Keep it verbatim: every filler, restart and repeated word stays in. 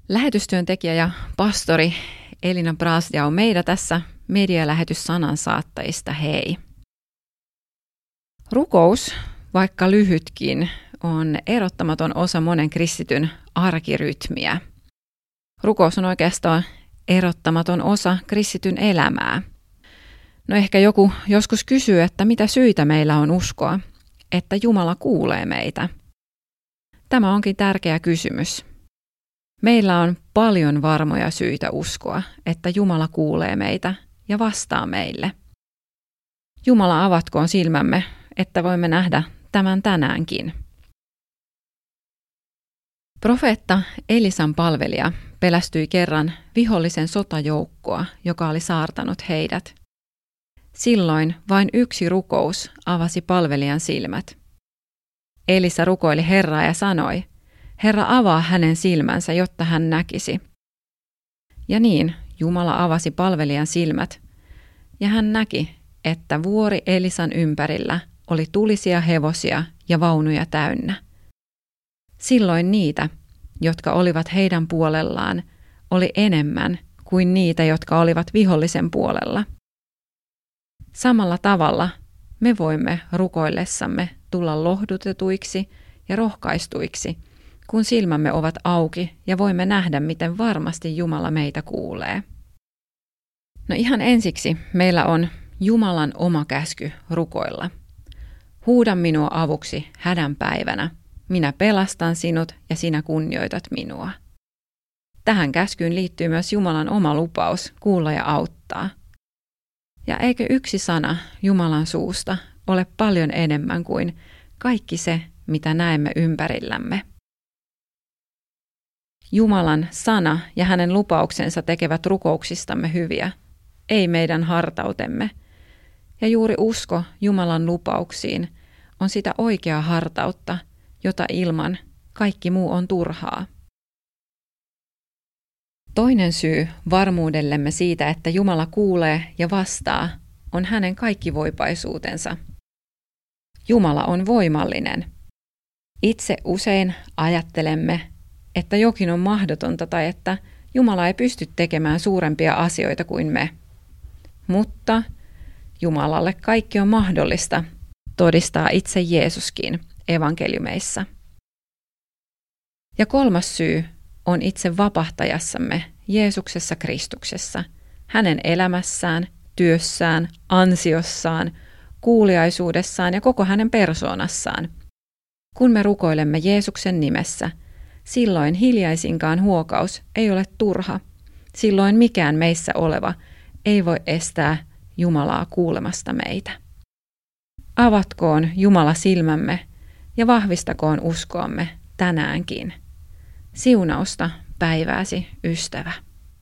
Lähetystyöntekijä ja pastori Elina Brasdia on meidän tässä medialähetys sanansaattajista. Hei! Rukous, vaikka lyhytkin, on erottamaton osa monen kristityn arkirytmiä. Rukous on oikeastaan erottamaton osa kristityn elämää. No ehkä joku joskus kysyy, että mitä syitä meillä on uskoa, että Jumala kuulee meitä. Tämä onkin tärkeä kysymys. Meillä on paljon varmoja syitä uskoa, että Jumala kuulee meitä ja vastaa meille. Jumala avatkoon silmämme, että voimme nähdä tämän tänäänkin. Profeetta Elisan palvelija pelästyi kerran vihollisen sotajoukkoa, joka oli saartanut heidät. Silloin vain yksi rukous avasi palvelijan silmät. Elisa rukoili Herraa ja sanoi, Herra avaa hänen silmänsä, jotta hän näkisi. Ja niin Jumala avasi palvelijan silmät, ja hän näki, että vuori Elisan ympärillä oli tulisia hevosia ja vaunuja täynnä. Silloin niitä, jotka olivat heidän puolellaan, oli enemmän kuin niitä, jotka olivat vihollisen puolella. Samalla tavalla me voimme rukoillessamme tulla lohdutetuiksi ja rohkaistuiksi, kun silmämme ovat auki ja voimme nähdä, miten varmasti Jumala meitä kuulee. No ihan ensiksi meillä on Jumalan oma käsky rukoilla. Huuda minua avuksi hädän päivänä. Minä pelastan sinut ja sinä kunnioitat minua. Tähän käskyyn liittyy myös Jumalan oma lupaus kuulla ja auttaa. Ja eikö yksi sana Jumalan suusta ole paljon enemmän kuin kaikki se, mitä näemme ympärillämme? Jumalan sana ja hänen lupauksensa tekevät rukouksistamme hyviä, ei meidän hartautemme. Ja juuri usko Jumalan lupauksiin on sitä oikeaa hartautta, jota ilman kaikki muu on turhaa. Toinen syy varmuudellemme siitä, että Jumala kuulee ja vastaa, on hänen kaikkivoipaisuutensa. Jumala on voimallinen. Itse usein ajattelemme, että jokin on mahdotonta tai että Jumala ei pysty tekemään suurempia asioita kuin me. Mutta Jumalalle kaikki on mahdollista, todistaa itse Jeesuskin evankeliumeissa. Ja kolmas syy on itse vapahtajassamme Jeesuksessa Kristuksessa, hänen elämässään, työssään, ansiossaan, kuuliaisuudessaan ja koko hänen persoonassaan. Kun me rukoilemme Jeesuksen nimessä, silloin hiljaisinkaan huokaus ei ole turha. Silloin mikään meissä oleva ei voi estää Jumalaa kuulemasta meitä. Avatkoon Jumala silmämme ja vahvistakoon uskoamme tänäänkin. Siunausta päivääsi, ystävä.